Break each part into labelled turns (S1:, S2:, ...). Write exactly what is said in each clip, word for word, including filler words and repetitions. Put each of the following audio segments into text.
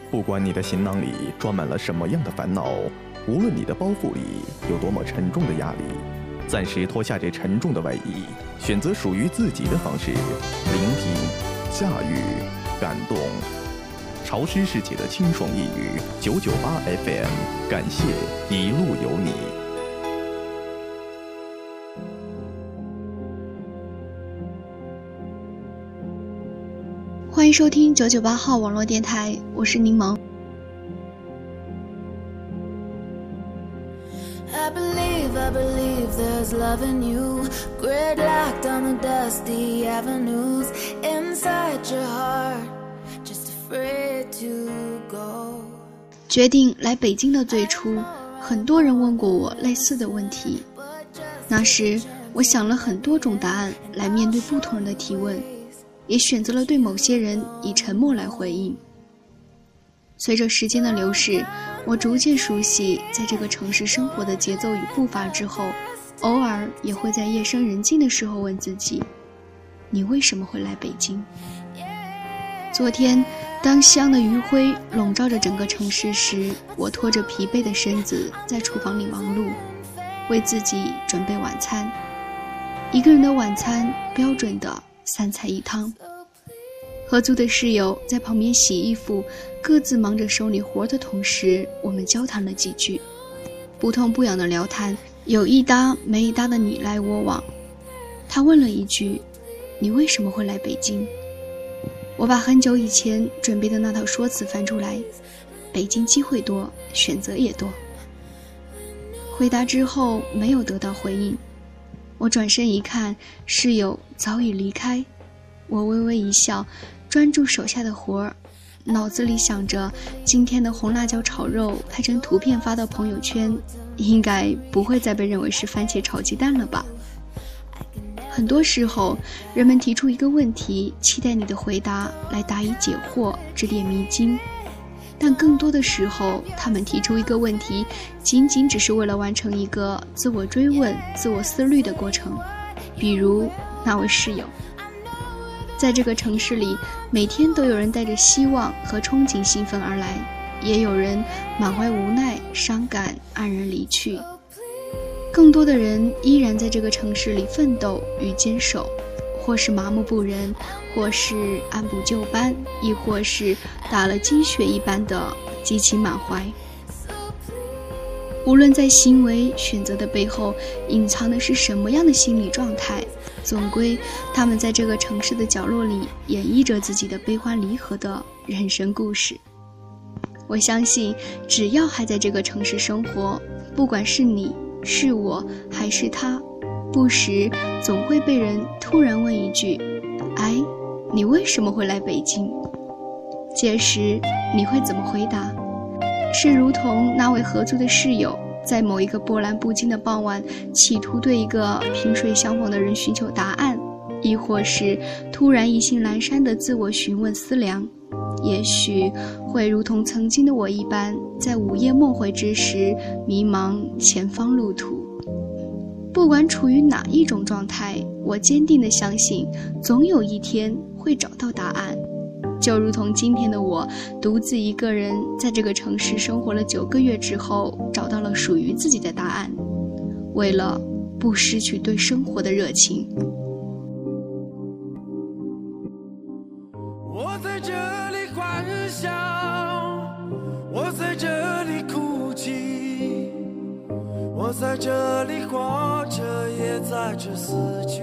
S1: 不管你的行囊里装满了什么样的烦恼，无论你的包袱里有多么沉重的压力，暂时脱下这沉重的外衣，选择属于自己的方式，聆听、驾驭、感动。潮湿世界的清爽一语，九九八 F M， 感谢一路有你。
S2: 欢迎收听九九八号网络电台，我是柠檬。
S3: I believe, I believe there's love in you. Gridlocked on the dusty avenues inside your heart, just afraid to go.
S2: 决定来北京的最初，很多人问过我类似的问题。那时，我想了很多种答案来面对不同人的提问，也选择了对某些人以沉默来回应。随着时间的流逝，我逐渐熟悉在这个城市生活的节奏与步伐之后，偶尔也会在夜深人静的时候问自己，你为什么会来北京？昨天当夕阳的余晖笼罩着整个城市时，我拖着疲惫的身子在厨房里忙碌，为自己准备晚餐。一个人的晚餐，标准的三菜一汤。合租的室友在旁边洗衣服，各自忙着手里活的同时，我们交谈了几句，不痛不痒的聊谈，有一搭没一搭的你来我往。他问了一句，你为什么会来北京？我把很久以前准备的那套说辞翻出来，北京机会多，选择也多。回答之后没有得到回应，我转身一看，室友早已离开。我微微一笑，专注手下的活儿，脑子里想着今天的红辣椒炒肉拍成图片发到朋友圈，应该不会再被认为是番茄炒鸡蛋了吧。很多时候，人们提出一个问题，期待你的回答来答疑解惑，指点迷津。但更多的时候，他们提出一个问题，仅仅只是为了完成一个自我追问、自我思虑的过程。比如那位室友，在这个城市里，每天都有人带着希望和憧憬兴奋而来，也有人满怀无奈、伤感黯然离去。更多的人依然在这个城市里奋斗与坚守，或是麻木不仁，或是按部就班，亦或是打了鸡血一般的激情满怀。无论在行为选择的背后隐藏的是什么样的心理状态，总归他们在这个城市的角落里演绎着自己的悲欢离合的人生故事。我相信只要还在这个城市生活，不管是你是我还是他，不时总会被人突然问一句，哎，你为什么会来北京？届时你会怎么回答？是如同那位合租的室友，在某一个波澜不惊的傍晚，企图对一个萍水相逢的人寻求答案，亦或是突然意兴阑珊的自我询问思量，也许会如同曾经的我一般，在午夜梦回之时迷茫前方路途。不管处于哪一种状态，我坚定地相信总有一天会找到答案。就如同今天的我，独自一个人在这个城市生活了九个月之后，找到了属于自己的答案。为了不失去对生活的热情，
S4: 我在这里欢笑，我在这里哭泣，我在这里活着，也在这死去。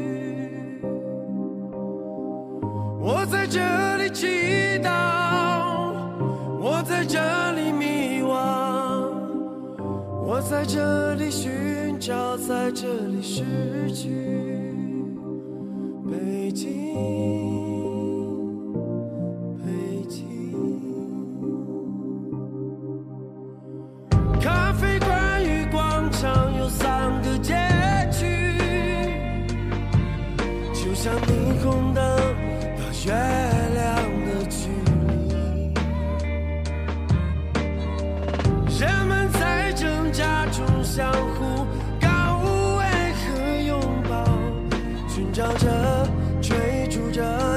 S4: 我在这里祈祷，我在这里迷惘，我在这里寻找，在这里失去。北京，北京。咖啡馆与广场有三个街区，就像霓虹灯月亮的距离，人们在挣扎中相互依偎和拥抱，寻找着追逐着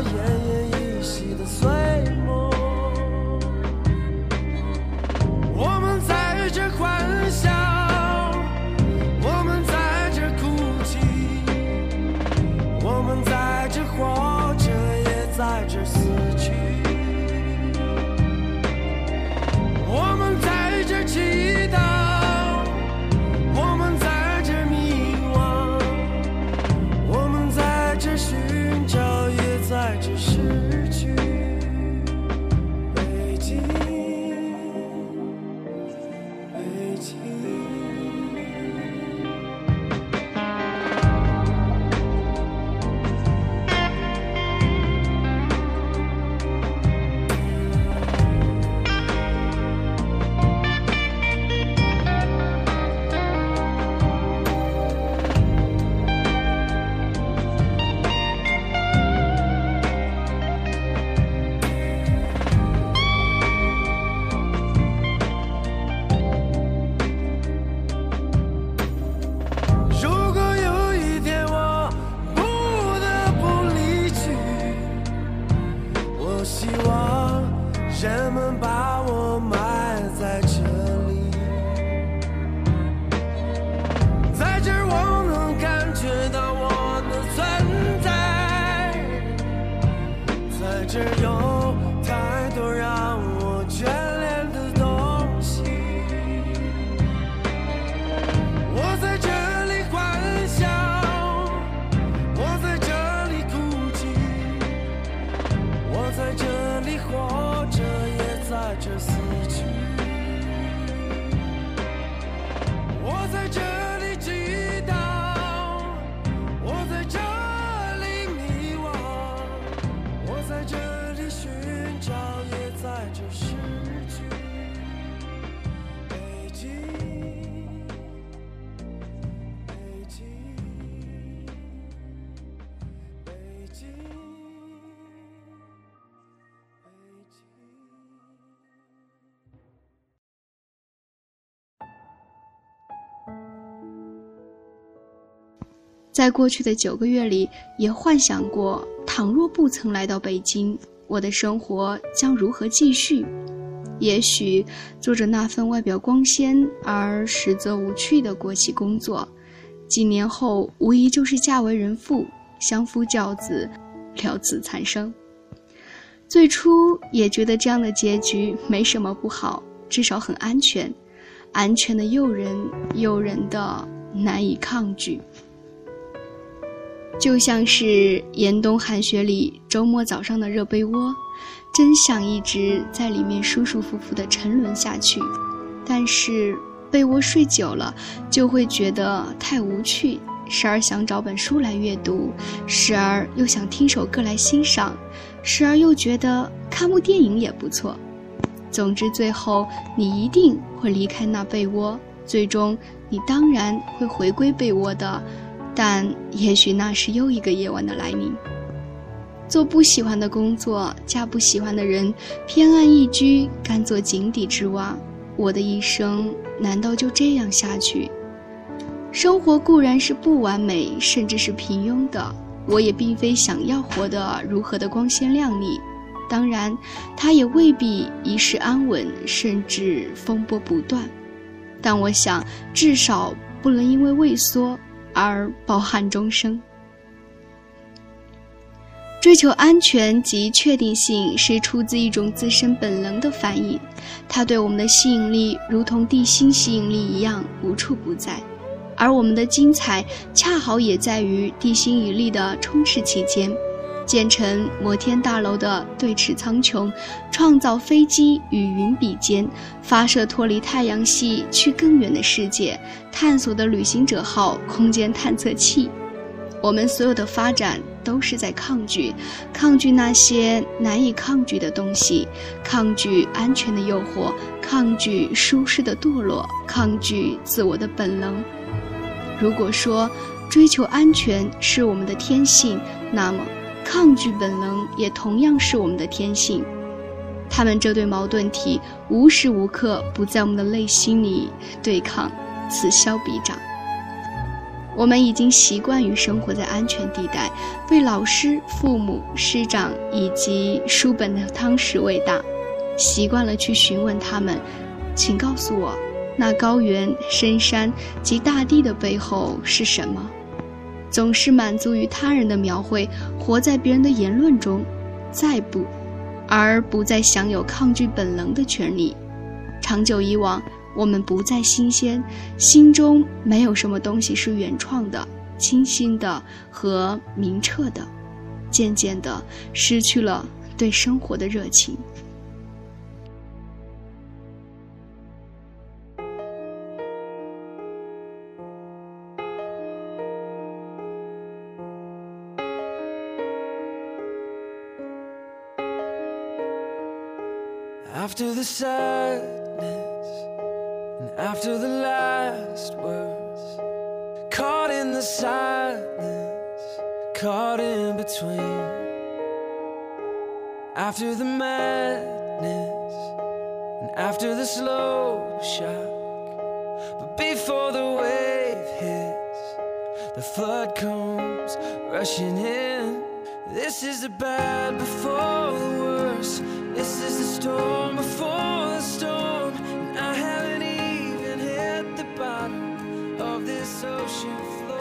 S4: 希望人们把我埋在这里，在这儿我能感觉到我的存在，在这儿有太多让我眷恋的东西，我在这里幻想，我在这里哭泣，我在这里活着，也在这死去，我在这里祈祷，我在这里迷惘，我在这里寻找，也在这失去。北京，北京，北京，北京。
S2: 在过去的九个月里，也幻想过，倘若不曾来到北京，我的生活将如何继续？也许做着那份外表光鲜而实则无趣的国企工作，几年后无疑就是嫁为人妇，相夫教子，了此残生。最初也觉得这样的结局没什么不好，至少很安全，安全的诱人，诱人的难以抗拒。就像是严冬寒雪里周末早上的热被窝，真想一直在里面舒舒服服地沉沦下去，但是被窝睡久了就会觉得太无趣，时而想找本书来阅读，时而又想听首歌来欣赏，时而又觉得看部电影也不错。总之最后你一定会离开那被窝，最终你当然会回归被窝的，但也许那是又一个夜晚的来临。做不喜欢的工作，嫁不喜欢的人，偏安一居，甘做井底之蛙，我的一生难道就这样下去？生活固然是不完美，甚至是平庸的，我也并非想要活得如何的光鲜亮丽，当然它也未必一世安稳，甚至风波不断，但我想至少不能因为畏缩而抱憾终生。追求安全及确定性是出自一种自身本能的反应，它对我们的吸引力如同地心吸引力一样无处不在，而我们的精彩恰好也在于地心引力的充斥其间，建成摩天大楼的对峙苍穹，创造飞机与云比肩，发射脱离太阳系去更远的世界，探索的旅行者号空间探测器。我们所有的发展都是在抗拒，抗拒那些难以抗拒的东西，抗拒安全的诱惑，抗拒舒适的堕落，抗拒自我的本能。如果说追求安全是我们的天性，那么抗拒本能也同样是我们的天性。他们这对矛盾体无时无刻不在我们的内心里对抗，此消彼长。我们已经习惯于生活在安全地带，被老师、父母、师长以及书本的汤匙喂大，习惯了去询问他们，请告诉我，那高原、深山及大地的背后是什么？总是满足于他人的描绘，活在别人的言论中，再不，而不再享有抗拒本能的权利。长久以往，我们不再新鲜，心中没有什么东西是原创的、清新的和明澈的，渐渐地失去了对生活的热情。
S4: After the sadness and after the last words, caught in the silence, caught in between. After the madness and after the slow shock, but before the wave hits, the flood comes rushing in. This is the bad before the worst. This is the storm before the storm. And I haven't even hit the bottom of this ocean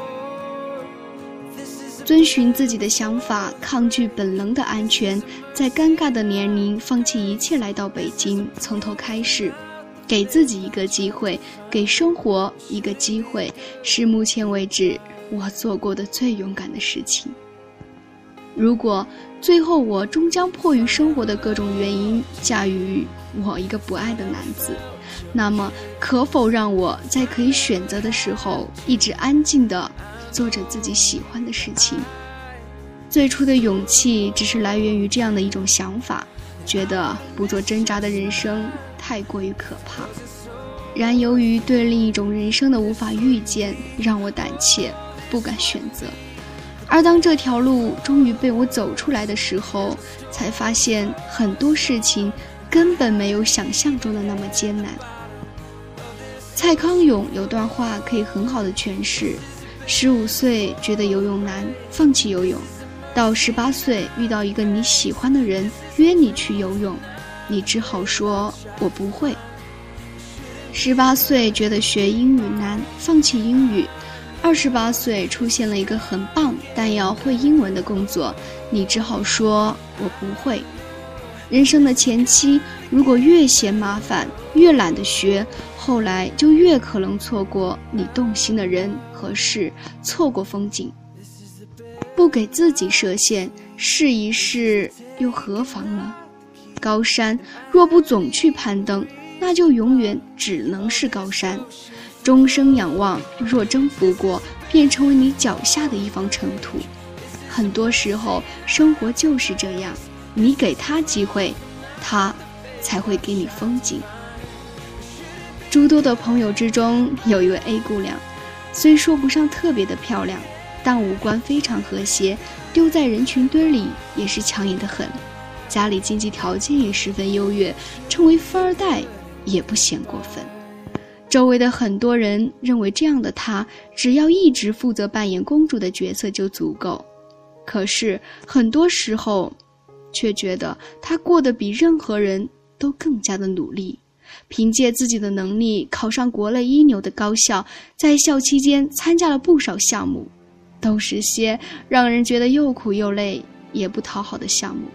S4: floor. This is the
S2: 遵循自己的想法，抗拒本能的安全，在尴尬的年龄放弃一切来到北京，从头开始，给自己一个机会，给生活一个机会，是目前为止我做过的最勇敢的事情。如果最后我终将迫于生活的各种原因嫁与我一个不爱的男子，那么可否让我在可以选择的时候一直安静地做着自己喜欢的事情？最初的勇气只是来源于这样的一种想法，觉得不做挣扎的人生太过于可怕。然由于对另一种人生的无法预见，让我胆怯，不敢选择。而当这条路终于被我走出来的时候，才发现很多事情根本没有想象中的那么艰难。蔡康永有段话可以很好的诠释：十五岁觉得游泳难，放弃游泳；到十八岁遇到一个你喜欢的人约你去游泳，你只好说我不会。十八岁觉得学英语难，放弃英语；二十八岁出现了一个很棒但要会英文的工作，你只好说我不会。人生的前期如果越嫌麻烦，越懒得学，后来就越可能错过你动心的人和事，错过风景。不给自己设限，试一试又何妨呢？高山若不总去攀登，那就永远只能是高山。终生仰望，若征服过，便成为你脚下的一方尘土。很多时候生活就是这样，你给他机会，他才会给你风景。诸多的朋友之中，有一位 A 姑娘，虽说不上特别的漂亮，但五官非常和谐，丢在人群堆里也是抢眼的很。家里经济条件也十分优越，称为富二代也不嫌过分。周围的很多人认为这样的她只要一直负责扮演公主的角色就足够，可是很多时候却觉得她过得比任何人都更加的努力，凭借自己的能力考上国内一流的高校，在校期间参加了不少项目，都是些让人觉得又苦又累也不讨好的项目。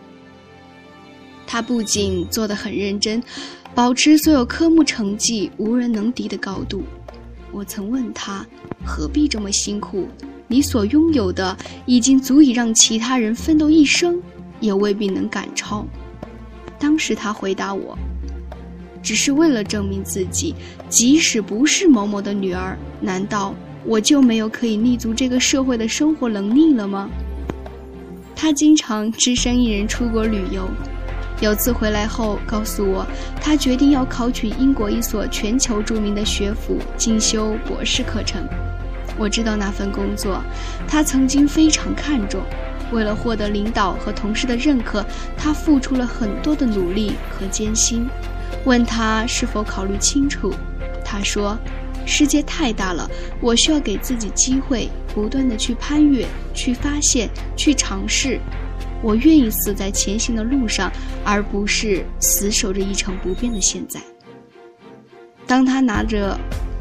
S2: 她不仅做得很认真，保持所有科目成绩无人能敌的高度。我曾问他，何必这么辛苦？你所拥有的已经足以让其他人奋斗一生，也未必能赶超。当时他回答我，只是为了证明自己，即使不是某某的女儿，难道我就没有可以立足这个社会的生活能力了吗？他经常只身一人出国旅游，有次回来后告诉我，他决定要考取英国一所全球著名的学府，进修博士课程。我知道那份工作他曾经非常看重，为了获得领导和同事的认可，他付出了很多的努力和艰辛。问他是否考虑清楚，他说，世界太大了，我需要给自己机会，不断地去攀越，去发现，去尝试。我愿意死在前行的路上，而不是死守着一成不变的现在。当他拿着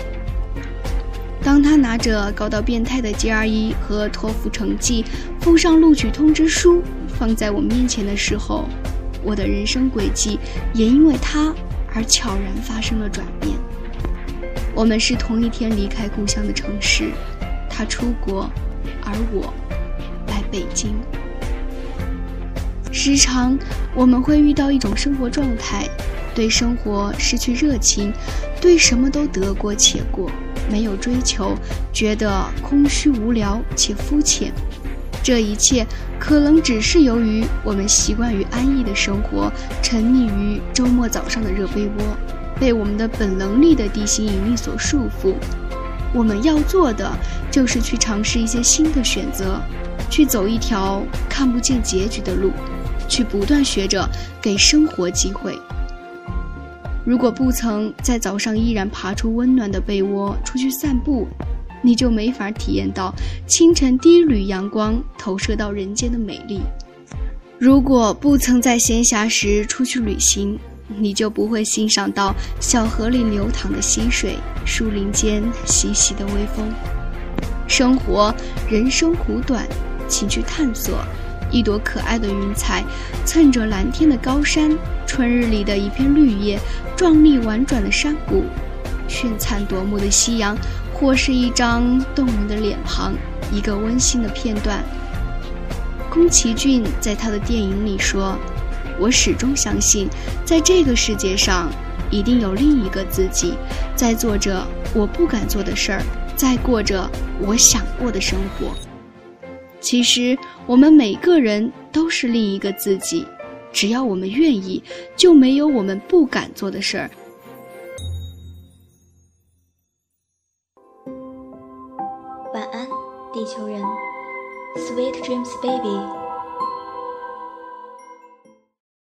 S2: 当他拿着高到变态的 G R E 和托福成绩，附上录取通知书放在我面前的时候，我的人生轨迹也因为他而悄然发生了转变。我们是同一天离开故乡的城市，他出国，而我来北京。时常我们会遇到一种生活状态，对生活失去热情，对什么都得过且过，没有追求，觉得空虚无聊且肤浅。这一切可能只是由于我们习惯于安逸的生活，沉溺于周末早上的热被窝，被我们的本能力的地心引力所束缚。我们要做的就是去尝试一些新的选择，去走一条看不见结局的路，去不断学着给生活机会。如果不曾在早上依然爬出温暖的被窝出去散步， 你就没法体验到清晨第一缕阳光投射到人间的美丽。如果不曾在闲暇时出去旅行，你就不会欣赏到小河里流淌的溪水，树林间习习的微风。生活人生苦短，请去探索。一朵可爱的云彩蹭着蓝天的高山，春日里的一片绿叶，壮丽婉转的山谷，绚灿夺目的夕阳，或是一张动人的脸庞，一个温馨的片段。宫崎骏在他的电影里说，我始终相信在这个世界上一定有另一个自己，在做着我不敢做的事儿，在过着我想过的生活。其实我们每个人都是另一个自己，只要我们愿意，就没有我们不敢做的事儿。
S5: 晚安，地球人。Sweet dreams, baby.